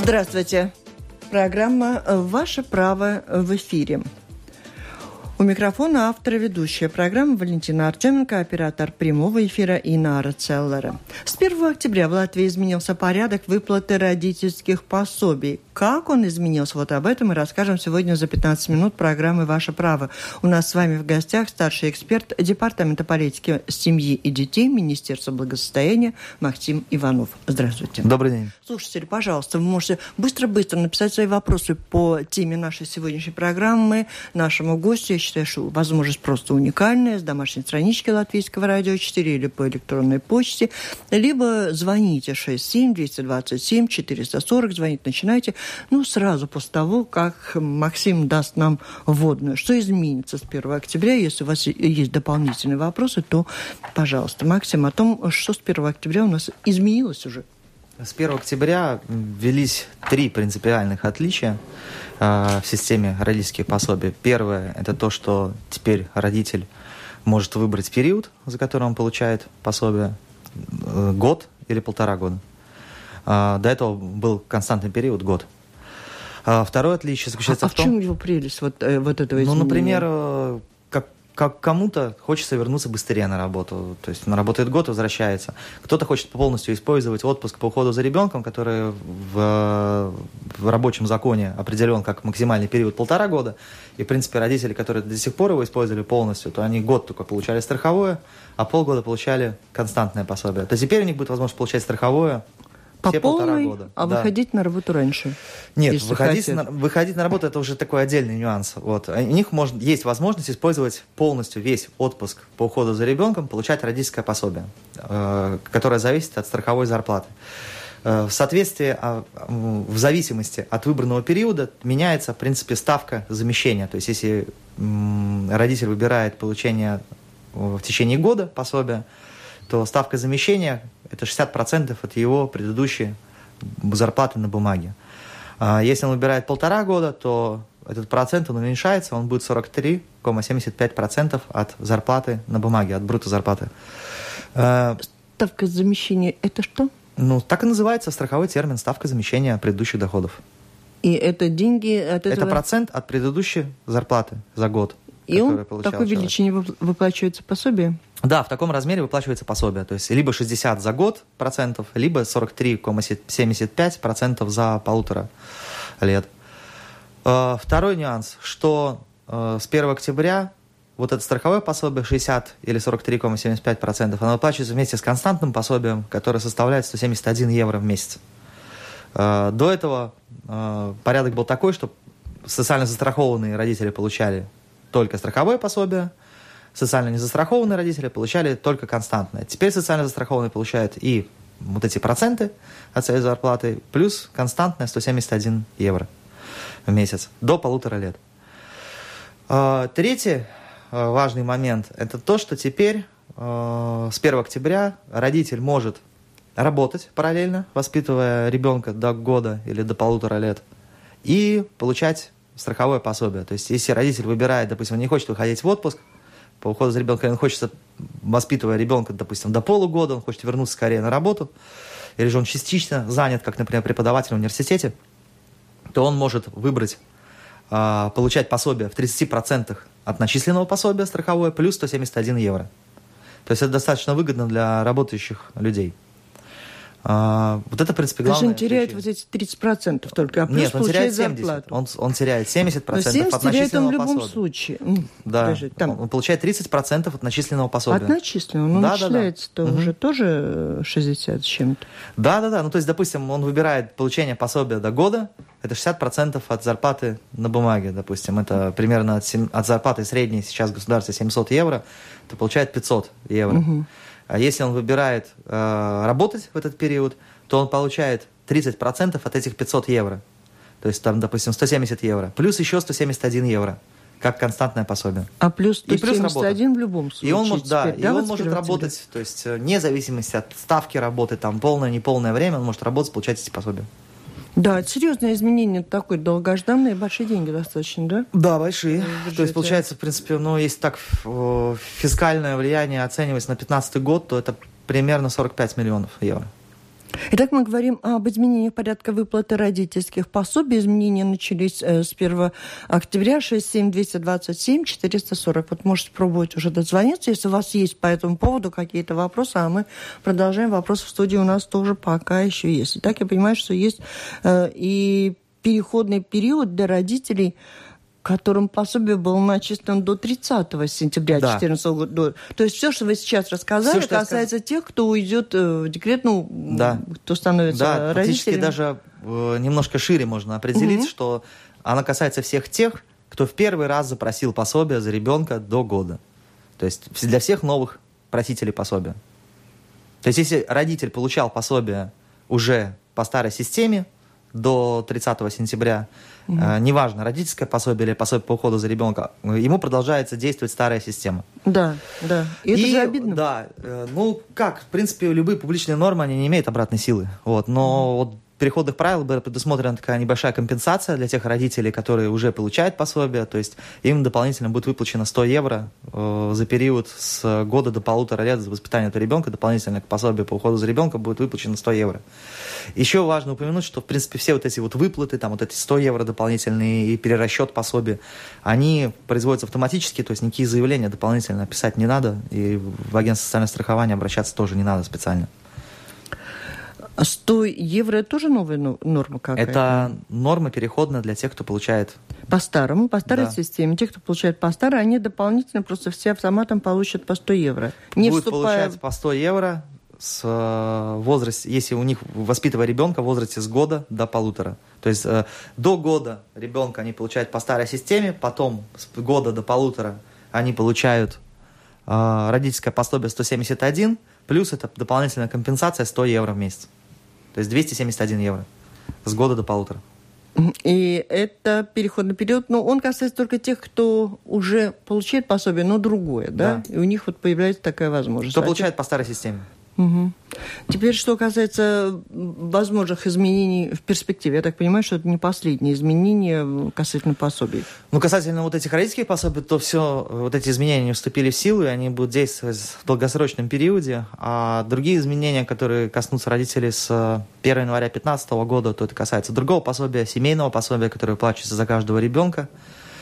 Здравствуйте. Программа «Ваше право» в эфире. У микрофона автор и ведущая программы Валентина Артеменко, оператор прямого эфира Инара Целлера. С 1 октября в Латвии изменился порядок выплаты родительских пособий. Как он изменился? Вот об этом мы расскажем сегодня за 15 минут программы «Ваше право». У нас с вами в гостях старший эксперт Департамента политики семьи и детей Министерства благосостояния Максим Иванов. Здравствуйте. Добрый день. Слушатели, пожалуйста, вы можете быстро-быстро написать свои вопросы по теме нашей сегодняшней программы нашему гостю. Я считаю, что возможность просто уникальная, с домашней странички Латвийского радио 4 или по электронной почте, либо звоните 67-227-440, звонить начинайте, сразу после того, как Максим даст нам вводную. Что изменится с 1 октября? Если у вас есть дополнительные вопросы, то, пожалуйста, Максим, о том, что с 1 октября у нас изменилось уже. С 1 октября ввелись 3 принципиальных отличия в системе родительских пособий. Первое – это то, что теперь родитель может выбрать период, за который он получает пособие, год или 1,5 года. До этого был константный период – год. Второе отличие заключается в том… в чем его прелесть вот этого изменения? Например, как кому-то хочется вернуться быстрее на работу. То есть он работает год и возвращается. Кто-то хочет полностью использовать отпуск по уходу за ребенком, который в рабочем законе определен как максимальный период 1,5 года. И, в принципе, родители, которые до сих пор его использовали полностью, то они год только получали страховое, а полгода получали константное пособие. То теперь у них будет возможность получать страховое по все полной, 1,5 года. А выходить на работу раньше? Нет, выходить на работу – это уже такой отдельный нюанс. Вот. У них есть возможность использовать полностью весь отпуск по уходу за ребенком, получать родительское пособие, которое зависит от страховой зарплаты. В соответствии, в зависимости от выбранного периода меняется, в принципе, ставка замещения. То есть, если родитель выбирает получение в течение года пособия, то ставка замещения – это 60% от его предыдущей зарплаты на бумаге. Если он выбирает 1,5 года, то этот процент он уменьшается, он будет 43,75% от зарплаты на бумаге, от брутто-зарплаты. Ставка замещения – это что? Так и называется страховой термин – ставка замещения предыдущих доходов. И это деньги от этого… Это процент от предыдущей зарплаты за год. И он в такой величине выплачивается пособие? Да, в таком размере выплачивается пособие. То есть либо 60 за год процентов, либо 43,75% за 1,5 лет. Второй нюанс, что с 1 октября вот это страховое пособие 60 или 43,75%, оно выплачивается вместе с константным пособием, которое составляет 171 евро в месяц. До этого порядок был такой, что социально застрахованные родители получали только страховое пособие, социально незастрахованные родители получали только константное. Теперь социально застрахованные получают и вот эти проценты от своей зарплаты, плюс константное 171 евро в месяц до 1,5 лет. Третий важный момент – это то, что теперь с 1 октября родитель может работать параллельно, воспитывая ребенка до года или до 1,5 лет, и получать страховое пособие. То есть, если родитель выбирает, допустим, он не хочет выходить в отпуск по уходу за ребенком, он хочет, воспитывая ребенка, допустим, до полугода, он хочет вернуться скорее на работу, или же он частично занят, как, например, преподаватель в университете, то он может выбрать получать пособие в 30% от начисленного пособия страховое плюс 171 евро. То есть, это достаточно выгодно для работающих людей. Вот это, в принципе, главное. То есть он теряет вот эти 30% только, а плюс нет, он теряет 70%. Зарплату. Он теряет 70% от начисленного пособия. теряет он в любом случае. Да, он получает 30% от начисленного пособия. От начисленного? Начисляется-то уже тоже 60 с чем-то. Да. То есть, допустим, он выбирает получение пособия до года, это 60% от зарплаты на бумаге, допустим. Это примерно от зарплаты средней сейчас в государстве 700 евро, то получает 500 евро. А если он выбирает работать в этот период, то он получает 30% от этих 500 евро. То есть, там, допустим, 170 евро. Плюс еще 171 евро, как константное пособие. А плюс 171 в любом случае. И он может, он может работать, то есть, вне зависимости от ставки работы, там, полное, неполное время, он может работать, получать эти пособия. Да, это серьезное изменение, такое долгожданное, большие деньги достаточно, да? Да, большие. То есть, получается, в принципе, если так фискальное влияние оценивать на 2015 год, то это примерно 45 миллионов евро. Итак, мы говорим об изменениях порядка выплаты родительских пособий. Изменения начались с 1 октября. 67-227-440. Вот можете пробовать уже дозвониться, если у вас есть по этому поводу какие-то вопросы, а мы продолжаем. Вопросы в студии у нас тоже пока еще есть. Итак, я понимаю, что есть и переходный период для родителей, которым пособие было начислено до 30 сентября 2014 года. То есть все, что вы сейчас рассказали, касается тех, кто уйдет в декрет, кто становится родителем. Фактически даже немножко шире можно определить, что она касается всех тех, кто в первый раз запросил пособие за ребенка до года. То есть для всех новых просителей пособия. То есть если родитель получал пособие уже по старой системе до 30 сентября, неважно, родительское пособие или пособие по уходу за ребенком, ему продолжается действовать старая система. Да. И это же обидно. Да. В принципе, любые публичные нормы, они не имеют обратной силы. Но в переходных правилах была предусмотрена такая небольшая компенсация для тех родителей, которые уже получают пособие. То есть им дополнительно будет выплачено 100 евро за период с года до 1,5 лет за воспитание этого ребенка. Дополнительно к пособию по уходу за ребенком будет выплачено 100 евро. Еще важно упомянуть, что, в принципе, все вот эти вот выплаты, там вот эти 100 евро дополнительные и перерасчет пособия, они производятся автоматически, то есть никакие заявления дополнительно писать не надо, и в агентство социального страхования обращаться тоже не надо специально. 100 евро – это тоже новая норма какая-то? Это норма переходная для тех, кто получает... По старой системе. Те, кто получает по старой, они дополнительно просто все автоматом получат по 100 евро. Будут получать по 100 евро с возрасте, если у них воспитывая ребенка в возрасте с года до 1,5. То есть до года ребенка они получают по старой системе, потом с года до 1,5 они получают родительское пособие 171, плюс это дополнительная компенсация 100 евро в месяц. То есть 271 евро с года до 1,5. И это переходный период, но он касается только тех, кто уже получает пособие, но другое, да? И у них вот появляется такая возможность. Кто получает по старой системе. Угу. Теперь, что касается возможных изменений в перспективе, я так понимаю, что это не последние изменения касательно пособий. Касательно вот этих родительских пособий, то все, вот эти изменения вступили в силу, и они будут действовать в долгосрочном периоде, а другие изменения, которые коснутся родителей с 1 января 2015 года, то это касается другого пособия, семейного пособия, которое выплачивается за каждого ребенка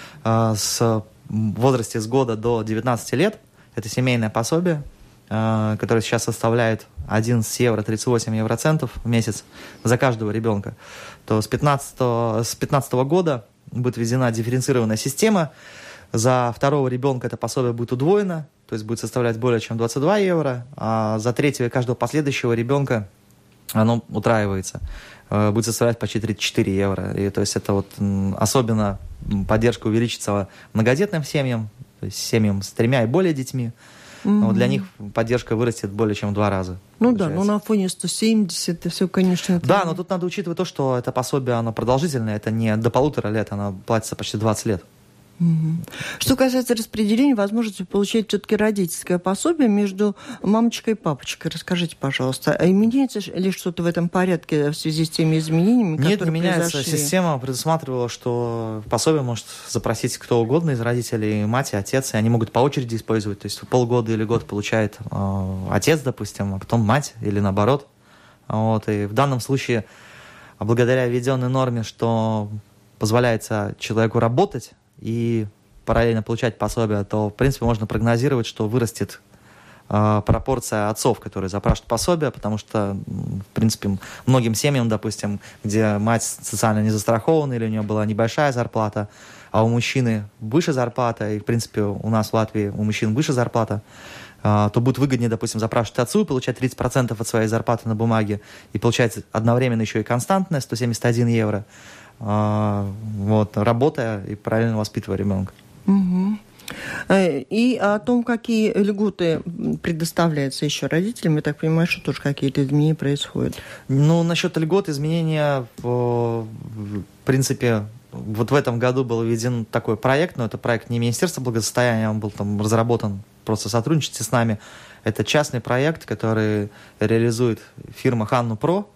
в возрасте с года до 19 лет. Это семейное пособие, который сейчас составляет 11 евро 38 евроцентов в месяц за каждого ребенка, то с 2015 года будет введена дифференцированная система. За второго ребенка это пособие будет удвоено, то есть будет составлять более чем 22 евро, а за третьего и каждого последующего ребенка оно утраивается, будет составлять почти 34 евро. И, то есть это вот особенно поддержка увеличится многодетным семьям, то есть семьям с 3 и более детьми. Но для них поддержка вырастет более чем в 2 раза. Да, но на фоне 170 это все, конечно... Да, но тут надо учитывать то, что это пособие, оно продолжительное, это не до 1,5 лет, оно платится почти 20 лет. Что касается распределения, возможности получать все-таки родительское пособие между мамочкой и папочкой. Расскажите, пожалуйста, а меняется ли что-то в этом порядке в связи с теми изменениями, которые произошли? Нет, не меняется. Система предусматривала, что пособие может запросить кто угодно из родителей, мать и отец, и они могут по очереди использовать. То есть полгода или год получает отец, допустим, а потом мать или наоборот. И в данном случае, благодаря введенной норме, что позволяется человеку работать и параллельно получать пособие, то, в принципе, можно прогнозировать, что вырастет пропорция отцов, которые запрашивают пособие, потому что, в принципе, многим семьям, допустим, где мать социально не застрахована или у нее была небольшая зарплата, а у мужчины выше зарплата, и, в принципе, у нас в Латвии у мужчин выше зарплата, то будет выгоднее, допустим, запрашивать отцу и получать 30% от своей зарплаты на бумаге, и получается одновременно еще и константная 171 евро, работая и правильно воспитывая ребенка. Угу. И о том, какие льготы предоставляются еще родителям, я так понимаю, что тоже какие-то изменения происходят. Насчет льгот изменения, в принципе, вот в этом году был введен такой проект, но это проект не Министерства благосостояния, он был там разработан просто в сотрудничестве с нами. Это частный проект, который реализует фирма Ханну Про.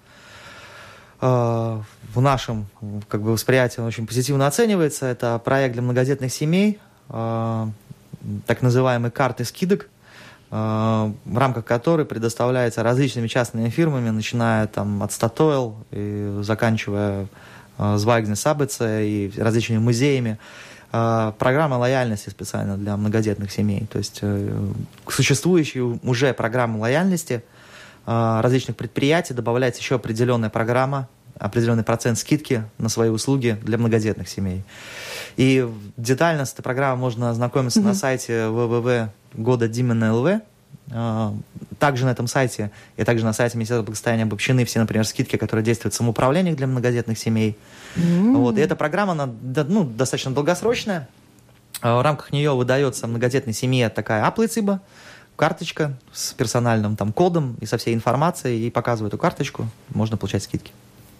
В нашем восприятии он очень позитивно оценивается. Это проект для многодетных семей, так называемые карты скидок. в рамках которой предоставляется различными частными фирмами, начиная там от Statoil и заканчивая Zvaigznes ABC и различными музеями, программа лояльности специально для многодетных семей. То есть к существующей уже программе лояльности различных предприятий добавляется еще определенная программа, определенный процент скидки на свои услуги для многодетных семей. И детально с этой программой можно ознакомиться на сайте www.goda.lv. Также на этом сайте и также на сайте Министерства благосостояния обобщены все, например, скидки, которые действуют в самоуправлениях для многодетных семей. Вот. И эта программа, она достаточно долгосрочная. В рамках нее выдается многодетной семье такая аплыциба, карточка с персональным там кодом и со всей информацией, и показывая эту карточку, можно получать скидки.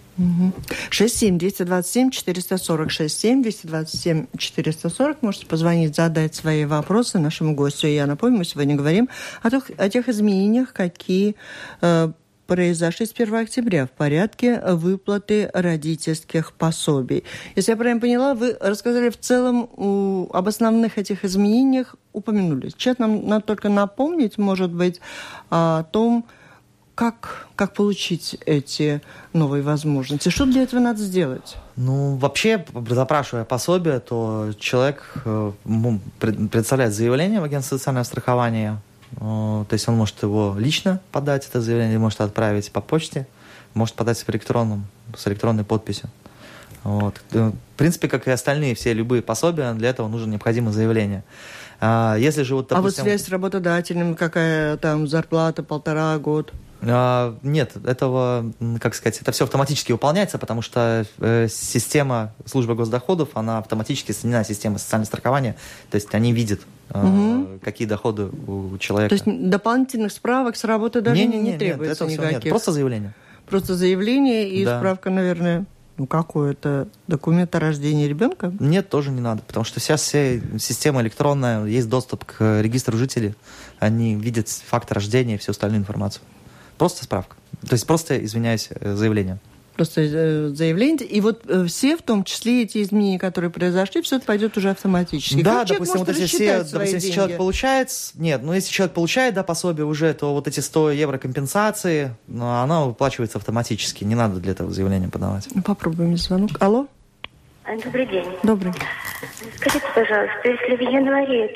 67-227-440. Можете позвонить, задать свои вопросы нашему гостю. Я напомню, мы сегодня говорим о тех изменениях, какие произошли с 1 октября в порядке выплаты родительских пособий. Если я правильно поняла, вы рассказали в целом об основных этих изменениях, упомянули. Сейчас нам надо только напомнить, может быть, о том, как получить эти новые возможности? Что для этого надо сделать? Ну, вообще, запрашивая пособие, то человек представляет заявление в агентство социального страхования. То есть он может его лично подать, это заявление, может отправить по почте, может подать с электронной подписью. Вот. В принципе, как и остальные все любые пособия, для этого нужно необходимое заявление. Если же, допустим, вот связь с работодателем, какая там зарплата, 1,5 года? Нет, этого, как сказать, это все автоматически выполняется, потому что система службы госдоходов, она автоматически соединена с системой социального страхования, то есть они видят, какие доходы у человека. То есть дополнительных справок с работы даже не требуется никаких? Нет, просто заявление. Просто заявление и справка, наверное, какой-то документ о рождении ребенка? Нет, тоже не надо, потому что сейчас вся система электронная, есть доступ к регистру жителей, они видят факт рождения и всю остальную информацию. Просто справка. То есть просто, извиняюсь, заявление. Просто заявление. И вот все, в том числе эти изменения, которые произошли, все это пойдет уже автоматически. Да, допустим, вот если если человек получает... Нет, если человек получает пособие уже, то вот эти 100 евро компенсации, оно выплачивается автоматически. Не надо для этого заявление подавать. Попробуем звонок. Алло? Добрый день. Добрый. Скажите, пожалуйста, если в январе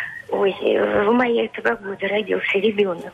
в мае этого года родился ребенок,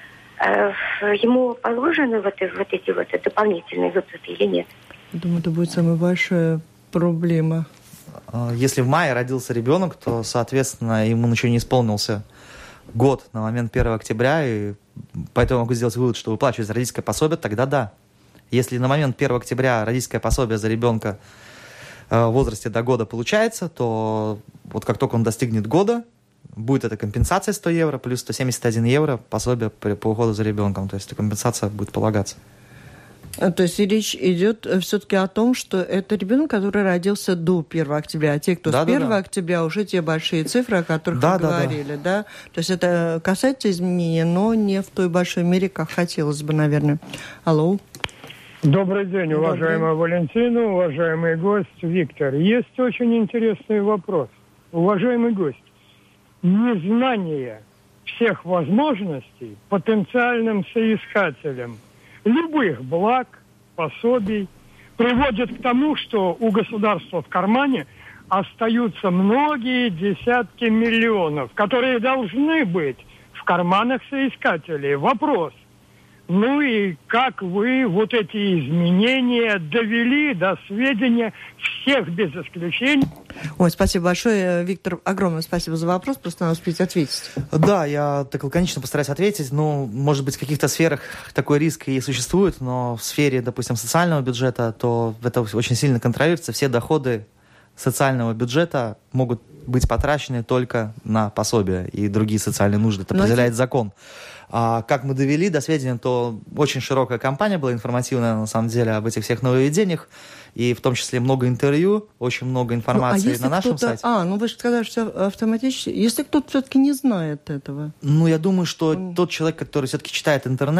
ему положены вот эти дополнительные выплаты или нет? Думаю, это будет самая большая проблема. Если в мае родился ребенок, то, соответственно, ему еще не исполнился год на момент 1 октября, и поэтому могу сделать вывод, что выплачивается родительское пособие, тогда да. Если на момент 1 октября родительское пособие за ребенка в возрасте до года получается, то вот как только он достигнет года, будет эта компенсация 100 евро плюс 171 евро пособие по уходу за ребенком. То есть эта компенсация будет полагаться. То есть речь идет все-таки о том, что это ребенок, который родился до 1 октября, а те, кто с 1 октября, уже те большие цифры, о которых вы говорили, да? То есть это касается изменения, но не в той большой мере, как хотелось бы, наверное. Алло. Добрый день, уважаемая Валентина, уважаемый гость Виктор. Есть очень интересный вопрос. Уважаемый гость, незнание всех возможностей потенциальным соискателям любых благ, пособий приводит к тому, что у государства в кармане остаются многие десятки миллионов, которые должны быть в карманах соискателей. Вопрос. Ну и как вы вот эти изменения довели до сведения всех без исключения? Ой, спасибо большое, Виктор. Огромное спасибо за вопрос. Просто надо успеть ответить. Да, я так лаконично постараюсь ответить. Ну, может быть, в каких-то сферах такой риск и существует, но в сфере, допустим, социального бюджета, то это очень сильно контролируется. Все доходы социального бюджета могут быть потрачены только на пособия и другие социальные нужды. Это определяет закон. А как мы довели до сведения, то очень широкая кампания была информативная, на самом деле, об этих всех нововведениях, и в том числе много интервью, очень много информации на нашем сайте. Вы же сказали, что автоматически. Если кто-то все-таки не знает этого? Ну, я думаю, что тот человек, который все-таки читает интернет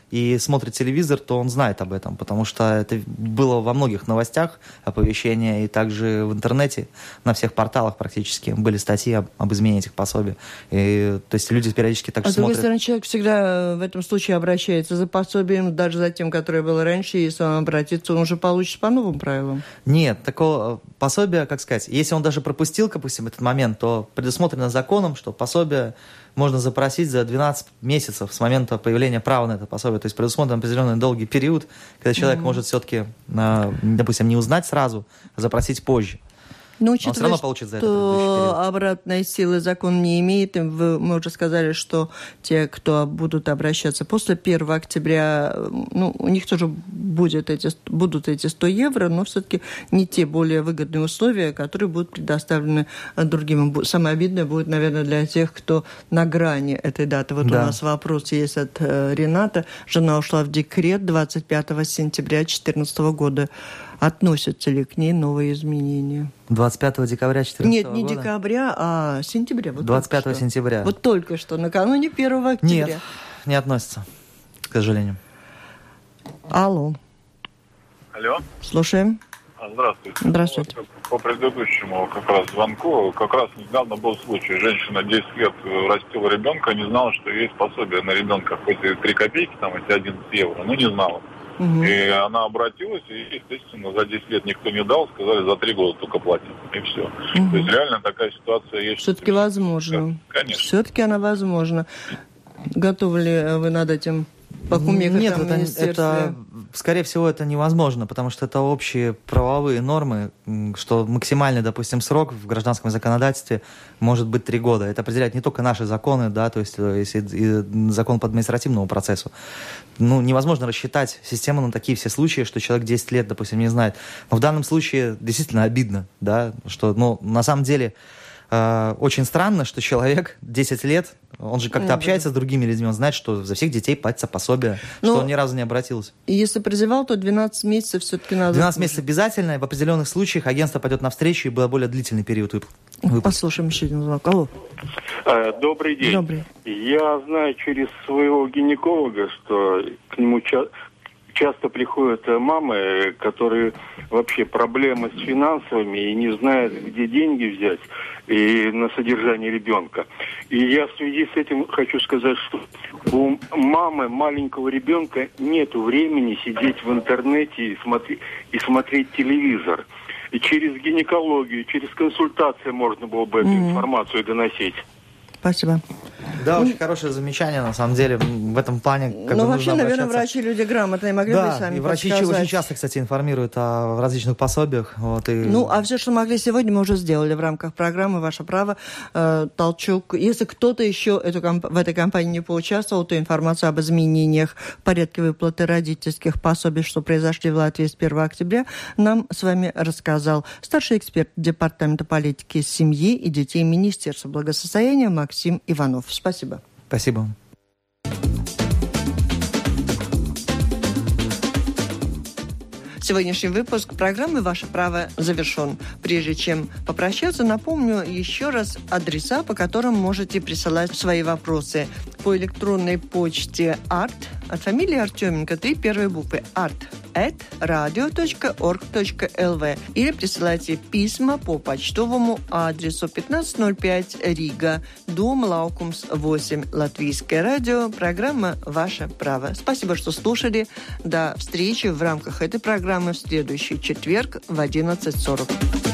и смотрит телевизор, то он знает об этом, потому что это было во многих новостях, оповещения, и также в интернете, на всех порталах практически были статьи об изменении этих пособий. И, то есть люди периодически также смотрят. А с другой стороны, человек всегда в этом случае обращается за пособием, даже за тем, которое было раньше, и если он обратится, он уже получит по новым правилам. Нет, такого пособия, как сказать, если он даже пропустил, допустим, этот момент, то предусмотрено законом, что пособие можно запросить за 12 месяцев с момента появления права на это пособие. То есть предусмотрен определенный долгий период, когда человек может все-таки, допустим, не узнать сразу, а запросить позже. Но он все равно получит за это предыдущий период. Обратной силы закон не имеет. Мы уже сказали, что те, кто будут обращаться после 1 октября, у них тоже будут эти 100 евро, но все-таки не те более выгодные условия, которые будут предоставлены другим. Самое обидное будет, наверное, для тех, кто на грани этой даты. Вот у нас вопрос есть от Рената. Жена ушла в декрет 25 сентября 2014 года. Относятся ли к ней новые изменения? 25 декабря 2014 Нет, года? не декабря, а сентября. Вот 25 сентября. Вот только что, накануне 1 октября. Нет, не относится, к сожалению. Алло. Алло. Слушаем. Здравствуйте. Здравствуйте. По предыдущему как раз звонку, как раз недавно был случай. Женщина 10 лет растила ребенка, не знала, что есть пособие на ребенка, хоть и 3 копейки, там эти 11 евро, но не знала. И она обратилась, и, естественно, за 10 лет никто не дал, сказали, за 3 года только платить, и все. То есть реально такая ситуация есть. Все-таки возможно. Конечно. Все-таки она возможна. Готовы ли вы над этим покумекать? Нет, это, скорее всего, это невозможно, потому что это общие правовые нормы, что максимальный, допустим, срок в гражданском законодательстве может быть 3 года. Это определяют не только наши законы, да, то есть и закон по административному процессу. Невозможно рассчитать систему на такие все случаи, что человек 10 лет, допустим, не знает. Но в данном случае действительно обидно, да, что, на самом деле, очень странно, что человек 10 лет, он же как-то общается с другими людьми, он знает, что за всех детей платится пособие, что он ни разу не обратился. И если призывал, то 12 месяцев все-таки надо... 12 месяцев обязательно, и в определенных случаях агентство пойдет навстречу, и был более длительный период выплат. Послушаем еще один звонок. Алло. Добрый день. Добрый. Я знаю через своего гинеколога, что к нему часто приходят мамы, которые вообще проблемы с финансовыми и не знают, где деньги взять и на содержание ребенка. И я в связи с этим хочу сказать, что у мамы маленького ребенка нет времени сидеть в интернете и смотреть телевизор. И через гинекологию, через консультации можно было бы эту информацию доносить. Спасибо. Да, очень хорошее замечание, на самом деле, в этом плане. Вообще, наверное, врачи люди грамотные, могли бы сами и врачи подсказать. очень часто, кстати, информируют о различных пособиях. А все, что могли сегодня, мы уже сделали в рамках программы «Ваше право». Толчок. Если кто-то еще в этой кампании не поучаствовал, то информацию об изменениях в порядке выплаты родительских пособий, что произошли в Латвии с 1 октября, нам с вами рассказал старший эксперт Департамента политики семьи и детей Министерства благосостояния Максим Иванов. Спасибо. Спасибо. Сегодняшний выпуск программы «Ваше право» завершен. Прежде чем попрощаться, напомню еще раз адреса, по которым можете присылать свои вопросы. По электронной почте art от фамилии Артеменко 3 первые буквы art@radio.org.lv или присылайте письма по почтовому адресу 1505 Рига, дом Лаукумс 8, Латвийское радио, программа «Ваше право». Спасибо, что слушали. До встречи в рамках этой программы в следующий четверг в 11:40.